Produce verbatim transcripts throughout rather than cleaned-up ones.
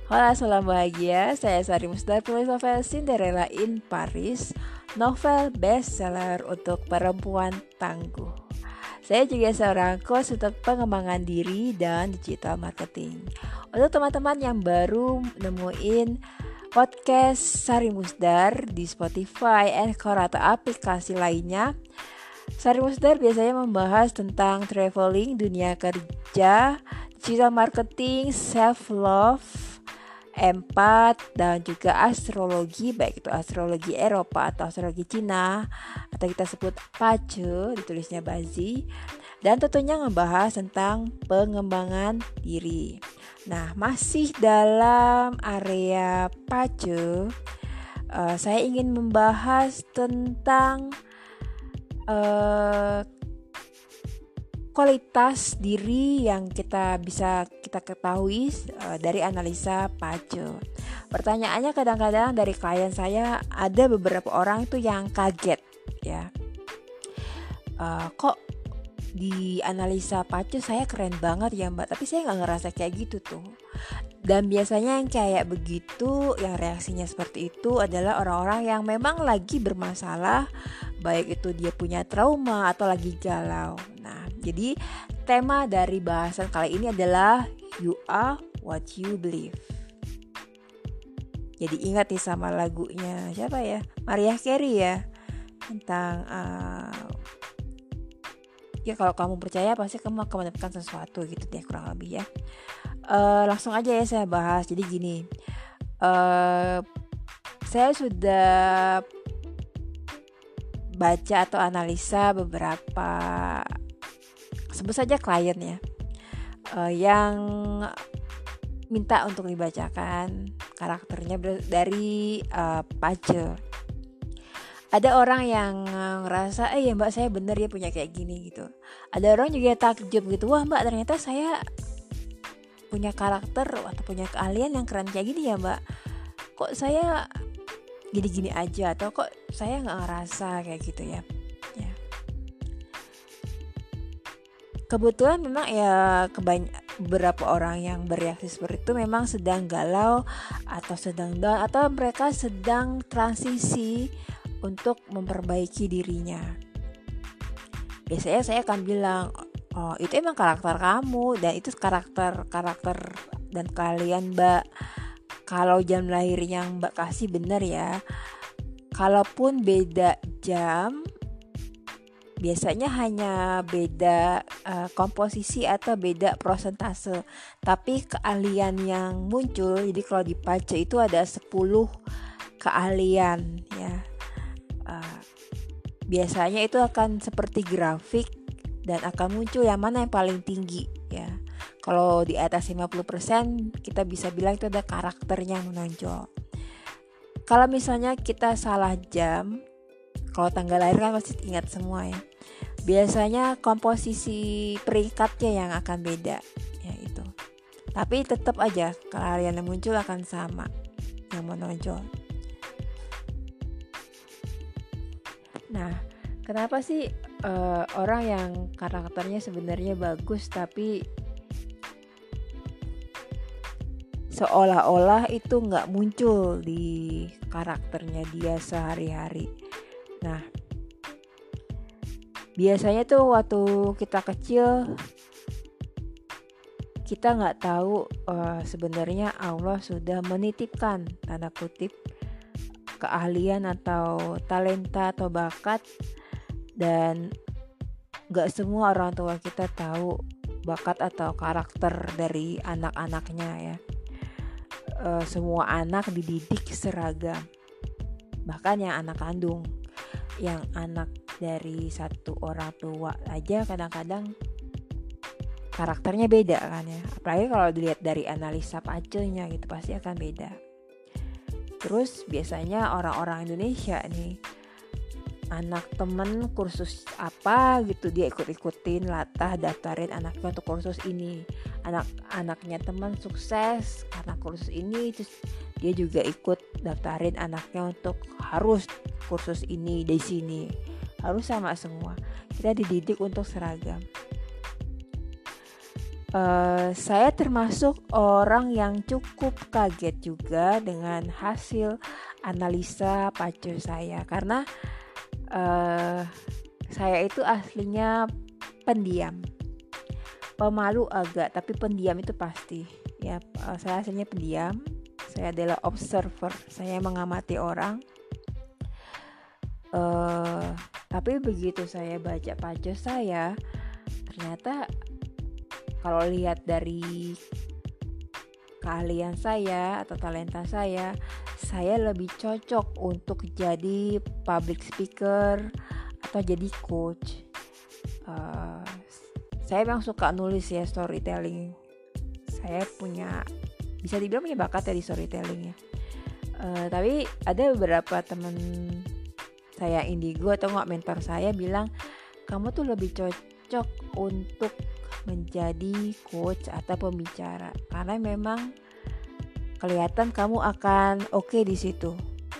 Halo, salam bahagia. Saya Sari Musdar, penulis novel Cinderella in Paris, novel bestseller untuk perempuan tangguh. Saya juga seorang coach untuk pengembangan diri dan digital marketing. Untuk teman-teman yang baru nemuin podcast Sari Musdar di Spotify, Anchor, atau aplikasi lainnya, Sari Musdar biasanya membahas tentang traveling, dunia kerja, digital marketing, self-love, empat, dan juga astrologi, baik itu astrologi Eropa atau astrologi Cina, atau kita sebut Pace, ditulisnya Bazi, dan tentunya ngebahas tentang pengembangan diri. Nah, masih dalam area Pace, uh, saya ingin membahas tentang uh, kualitas diri yang kita bisa kita ketahui uh, dari analisa Pace. Pertanyaannya kadang-kadang dari klien saya ada beberapa orang itu yang kaget ya. Uh, kok di analisa Pace saya keren banget ya Mbak, tapi saya nggak ngerasa kayak gitu tuh. Dan biasanya yang kayak begitu, yang reaksinya seperti itu adalah orang-orang yang memang lagi bermasalah, baik itu dia punya trauma atau lagi galau. Nah, jadi tema dari bahasan kali ini adalah You are what you believe. Jadi ingat nih sama lagunya siapa ya? Mariah Carey ya, tentang uh, ya kalau kamu percaya pasti kamu akan mendapatkan sesuatu gitu deh, kurang lebih ya. Uh, langsung aja ya saya bahas. Jadi gini, uh, saya sudah baca atau analisa beberapa, sebut saja klien ya, uh, yang minta untuk dibacakan karakternya dari uh, Pace. Ada orang yang ngerasa, eh ya mbak saya bener ya punya kayak gini gitu. Ada orang juga takjub gitu, wah mbak ternyata saya punya karakter atau punya keahlian yang keren kayak gini ya mbak. Kok saya gini-gini aja, atau kok saya nggak ngerasa kayak gitu ya. ya. Kebetulan memang ya kebanyak beberapa orang yang bereaksi seperti itu memang sedang galau atau sedang down, atau mereka sedang transisi untuk memperbaiki dirinya. Biasanya saya akan bilang, oh itu emang karakter kamu, dan itu karakter-karakter dan kalian mbak. Kalau jam lahirnya yang mbak kasih bener ya, kalaupun beda jam, biasanya hanya beda uh, komposisi atau beda prosentase, tapi keahlian yang muncul, jadi kalau di Pace itu ada sepuluh keahlian ya. Uh, biasanya itu akan seperti grafik dan akan muncul yang mana yang paling tinggi ya. Kalau di atas lima puluh persen kita bisa bilang itu ada karakternya yang menonjol. Kalau misalnya kita salah jam, kalau tanggal lahir kan pasti ingat semua ya. Biasanya komposisi peringkatnya yang akan beda ya itu. Tapi tetap aja keahlian yang muncul akan sama, yang menonjol. Nah, kenapa sih uh, orang yang karakternya sebenarnya bagus tapi seolah-olah itu nggak muncul di karakternya dia sehari-hari? Nah, biasanya tuh waktu kita kecil kita nggak tahu uh, sebenarnya Allah sudah menitipkan tanda kutip keahlian atau talenta atau bakat, dan gak semua orang tua kita tahu bakat atau karakter dari anak-anaknya ya. E, semua anak dididik seragam, bahkan yang anak kandung, yang anak dari satu orang tua aja kadang-kadang karakternya beda kan ya, apalagi kalau dilihat dari analisa Pace-nya gitu pasti akan beda. Terus biasanya orang-orang Indonesia nih, anak temen kursus apa gitu dia ikut-ikutin, latah daftarin anaknya untuk kursus ini. Anak-anaknya teman sukses karena kursus ini, terus dia juga ikut daftarin anaknya untuk harus kursus ini di sini. Harus sama semua. Kita dididik untuk seragam. Uh, saya termasuk orang yang cukup kaget juga dengan hasil analisa pacar saya, karena uh, saya itu aslinya pendiam, pemalu agak, tapi pendiam itu pasti. Ya, uh, saya aslinya pendiam. Saya adalah observer. Saya mengamati orang. Uh, tapi begitu saya baca pacar saya, ternyata kalau lihat dari keahlian saya atau talenta saya, saya lebih cocok untuk jadi public speaker atau jadi coach. Uh, saya memang suka nulis ya, storytelling. Saya punya, bisa dibilang punya bakat ya di storytelling ya. Uh, tapi ada beberapa teman saya indigo atau nggak mentor saya bilang, kamu tuh lebih cocok untuk menjadi coach atau pembicara, karena memang kelihatan kamu akan oke okay di situ.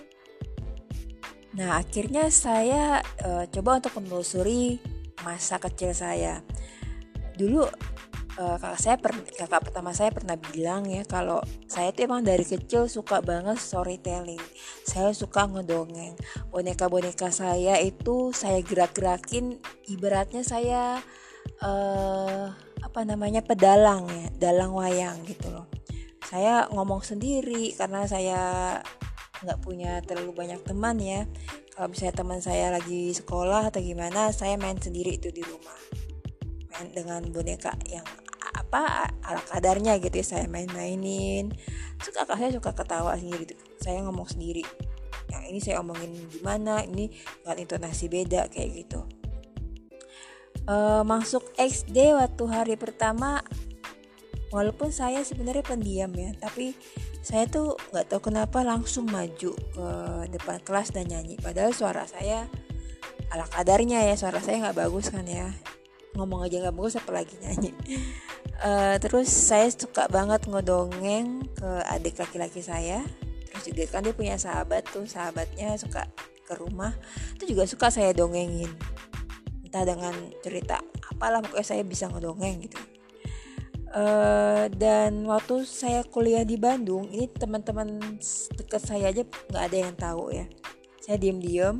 Nah, akhirnya saya uh, coba untuk menelusuri masa kecil saya. Dulu uh, kakak saya per, kakak pertama saya pernah bilang ya, kalau saya tuh emang dari kecil suka banget storytelling. Saya suka ngedongeng. Boneka-boneka saya itu saya gerak-gerakin, ibaratnya saya Uh, apa namanya pedalang ya, dalang wayang gitu loh. Saya ngomong sendiri karena saya nggak punya terlalu banyak teman ya. Kalau misalnya teman saya lagi sekolah atau gimana, saya main sendiri itu di rumah, main dengan boneka yang apa ala kadarnya gitu ya, saya main-mainin. Suka kakak saya suka ketawa sendiri gitu. Saya ngomong sendiri. Yang ini saya omongin gimana, ini dengan intonasi beda kayak gitu. Uh, masuk S D waktu hari pertama, walaupun saya sebenarnya pendiam ya, tapi saya tuh nggak tahu kenapa langsung maju ke depan kelas dan nyanyi. Padahal suara saya ala kadarnya ya, suara saya nggak bagus kan ya, ngomong aja nggak bagus apalagi nyanyi. Uh, terus saya suka banget ngedongeng ke adik laki-laki saya. Terus juga kan dia punya sahabat tuh, sahabatnya suka ke rumah, itu juga suka saya dongengin. Entah dengan cerita apalah, pokoknya saya bisa ngedongeng gitu. Uh, dan waktu saya kuliah di Bandung, ini teman-teman dekat saya aja nggak ada yang tahu ya. Saya diam-diam,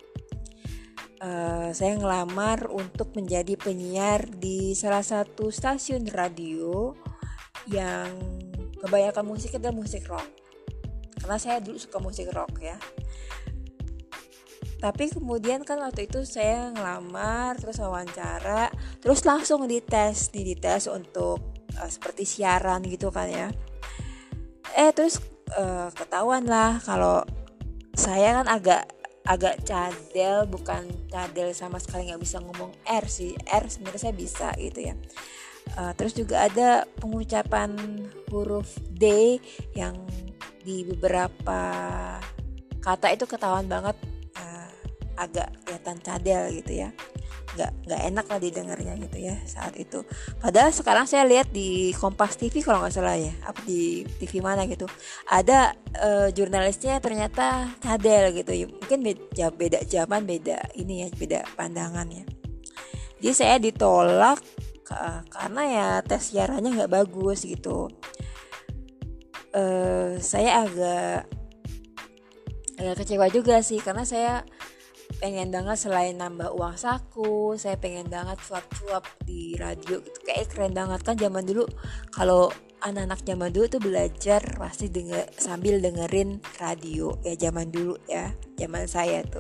uh, saya ngelamar untuk menjadi penyiar di salah satu stasiun radio yang kebanyakan musiknya adalah musik rock. Karena saya dulu suka musik rock ya. Tapi kemudian kan waktu itu saya ngelamar, terus wawancara, terus langsung dites, nih dites untuk uh, seperti siaran gitu kan ya. Eh terus uh, ketahuan lah kalau saya kan agak agak cadel, bukan cadel sama sekali, nggak bisa ngomong R sih. R sebenarnya saya bisa gitu ya. Uh, terus juga ada pengucapan huruf D yang di beberapa kata itu ketahuan banget agak kelihatan cadel gitu ya, nggak nggak enak lah didengarnya gitu ya saat itu. Padahal sekarang saya lihat di Kompas T V kalau nggak salah ya, apa di T V mana gitu, ada uh, jurnalisnya ternyata cadel gitu ya. Mungkin beda, beda zaman, beda ini ya, beda pandangannya. Jadi saya ditolak uh, karena ya tes siarannya nggak bagus gitu. Uh, saya agak agak kecewa juga sih, karena saya pengen banget selain nambah uang saku, saya pengen banget cuap-cuap di radio gitu. Kayak keren banget kan zaman dulu, kalau anak-anak zaman dulu tuh belajar pasti denger, sambil dengerin radio ya zaman dulu ya, zaman saya tuh.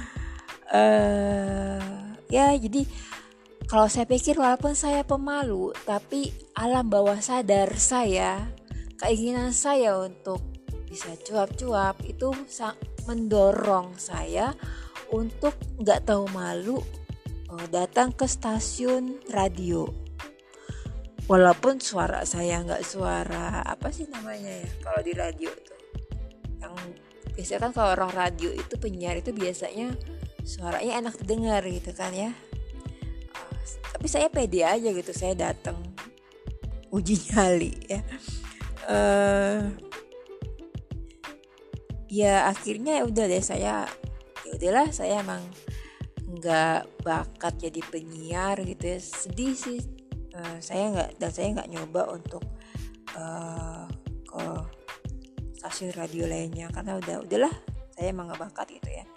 Uh, ya jadi kalau saya pikir walaupun saya pemalu, tapi alam bawah sadar saya, keinginan saya untuk bisa cuap-cuap itu mendorong saya untuk nggak tahu malu uh, datang ke stasiun radio. Walaupun suara saya nggak suara apa sih namanya ya kalau di radio tuh, yang biasanya kan kalau orang radio itu penyiar itu biasanya suaranya enak didengar gitu kan ya. Uh, tapi saya pede aja gitu, saya datang uji nyali ya. Uh, ya akhirnya udah deh saya ya udahlah, saya emang nggak bakat jadi penyiar gitu ya. Sedih sih, uh, saya nggak dan saya nggak nyoba untuk uh, ke stasiun radio lainnya karena udah udahlah saya emang nggak bakat gitu ya.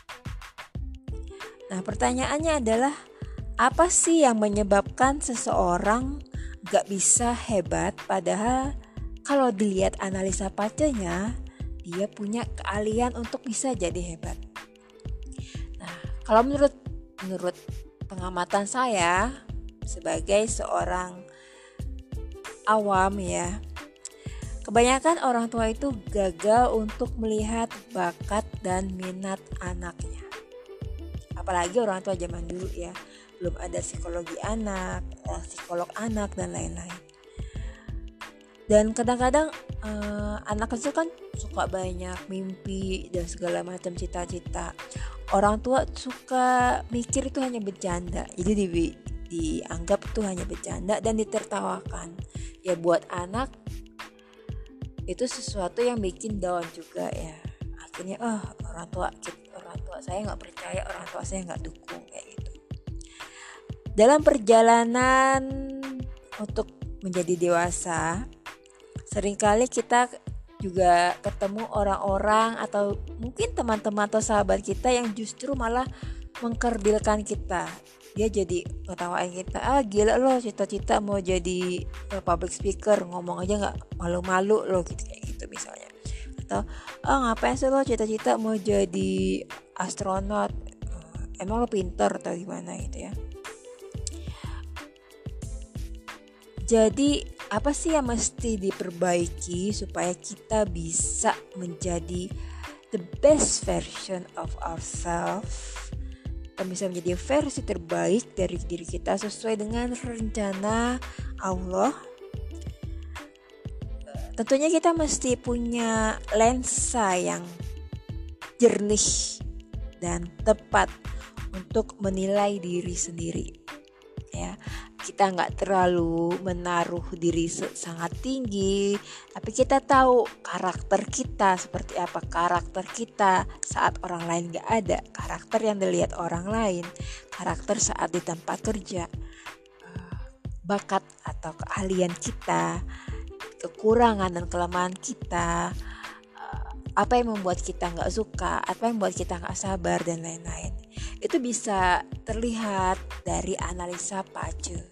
Nah pertanyaannya adalah apa sih yang menyebabkan seseorang gak bisa hebat padahal kalau dilihat analisa Pace-nya dia punya keahlian untuk bisa jadi hebat. Nah kalau menurut menurut pengamatan saya sebagai seorang awam ya, kebanyakan orang tua itu gagal untuk melihat bakat dan minat anaknya. Apalagi orang tua zaman dulu ya, belum ada psikologi anak, psikolog anak dan lain-lain. Dan kadang-kadang eh, anak kecil kan suka banyak mimpi dan segala macam cita-cita. Orang tua suka mikir itu hanya bercanda, jadi di, dianggap itu hanya bercanda dan ditertawakan. Ya buat anak itu sesuatu yang bikin down juga ya. Akhirnya oh orang tua orang tua saya nggak percaya, orang tua saya nggak dukung kayak gitu. Dalam perjalanan untuk menjadi dewasa, seringkali kita juga ketemu orang-orang atau mungkin teman-teman atau sahabat kita yang justru malah mengkerdilkan kita. Dia jadi ngetawain kita, ah gila lo cita-cita mau jadi public speaker, ngomong aja nggak malu-malu lo gitu kayak gitu misalnya. Atau ah ngapain sih lo cita-cita mau jadi astronot, emang lo pinter atau gimana gitu ya. Jadi apa sih yang mesti diperbaiki supaya kita bisa menjadi the best version of ourselves? Kita bisa menjadi versi terbaik dari diri kita sesuai dengan rencana Allah. Tentunya kita mesti punya lensa yang jernih dan tepat untuk menilai diri sendiri. Ya, kita nggak terlalu menaruh diri sangat tinggi, tapi kita tahu karakter kita seperti apa, karakter kita saat orang lain nggak ada, karakter yang dilihat orang lain, karakter saat di tempat kerja, bakat atau keahlian kita, kekurangan dan kelemahan kita, apa yang membuat kita nggak suka, apa yang membuat kita nggak sabar dan lain-lain. Itu bisa terlihat dari analisa Pace.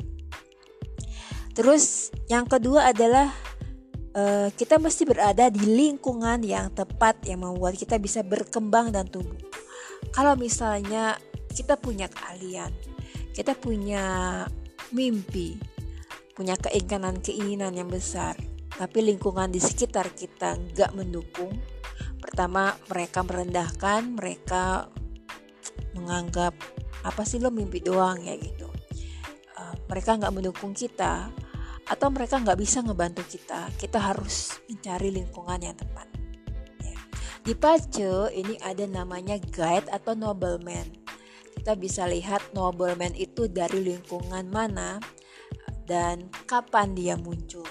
Terus yang kedua adalah uh, kita mesti berada di lingkungan yang tepat yang membuat kita bisa berkembang dan tumbuh. Kalau misalnya kita punya keahlian, kita punya mimpi, punya keinginan-keinginan yang besar, tapi lingkungan di sekitar kita nggak mendukung. Pertama, mereka merendahkan, mereka menganggap apa sih lo mimpi doang ya gitu. Uh, mereka nggak mendukung kita atau mereka nggak bisa ngebantu kita. Kita harus mencari lingkungan yang tepat. Ya. Di Pace ini ada namanya guide atau nobleman. Kita bisa lihat nobleman itu dari lingkungan mana dan kapan dia muncul.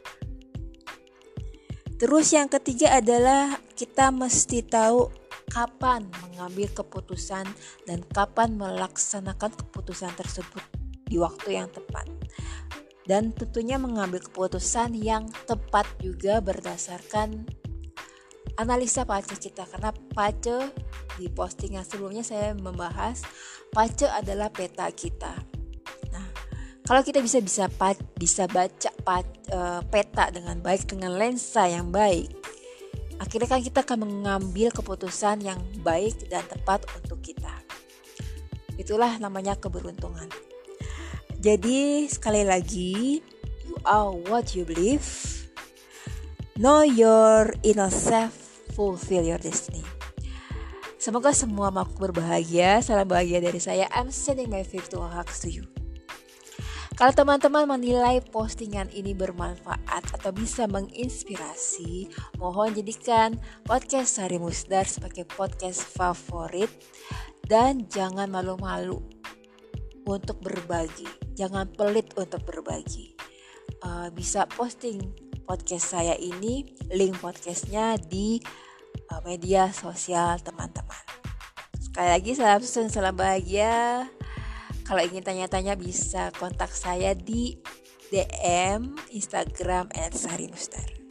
Terus yang ketiga adalah kita mesti tahu kapan mengambil keputusan dan kapan melaksanakan keputusan tersebut di waktu yang tepat. Dan tentunya mengambil keputusan yang tepat juga berdasarkan analisa Pace kita. Karena Pace di postingan sebelumnya saya membahas Pace adalah peta kita. Nah, kalau kita bisa bisa bisa baca peta dengan baik dengan lensa yang baik, akhirnya kan kita akan mengambil keputusan yang baik dan tepat untuk kita. Itulah namanya keberuntungan. Jadi sekali lagi, you are what you believe. Know your inner self, fulfill your destiny. Semoga semua makhluk berbahagia. Salam bahagia dari saya. I'm sending my virtual hugs to you. Kalau teman-teman menilai postingan ini bermanfaat atau bisa menginspirasi, mohon jadikan podcast Sari Musdar sebagai podcast favorit dan jangan malu-malu untuk berbagi, jangan pelit untuk berbagi. Uh, bisa posting podcast saya ini, link podcastnya di uh, media sosial teman-teman. Sekali lagi salam susun, salam bahagia. Kalau ingin tanya-tanya bisa kontak saya di D M Instagram at Sari Mustar.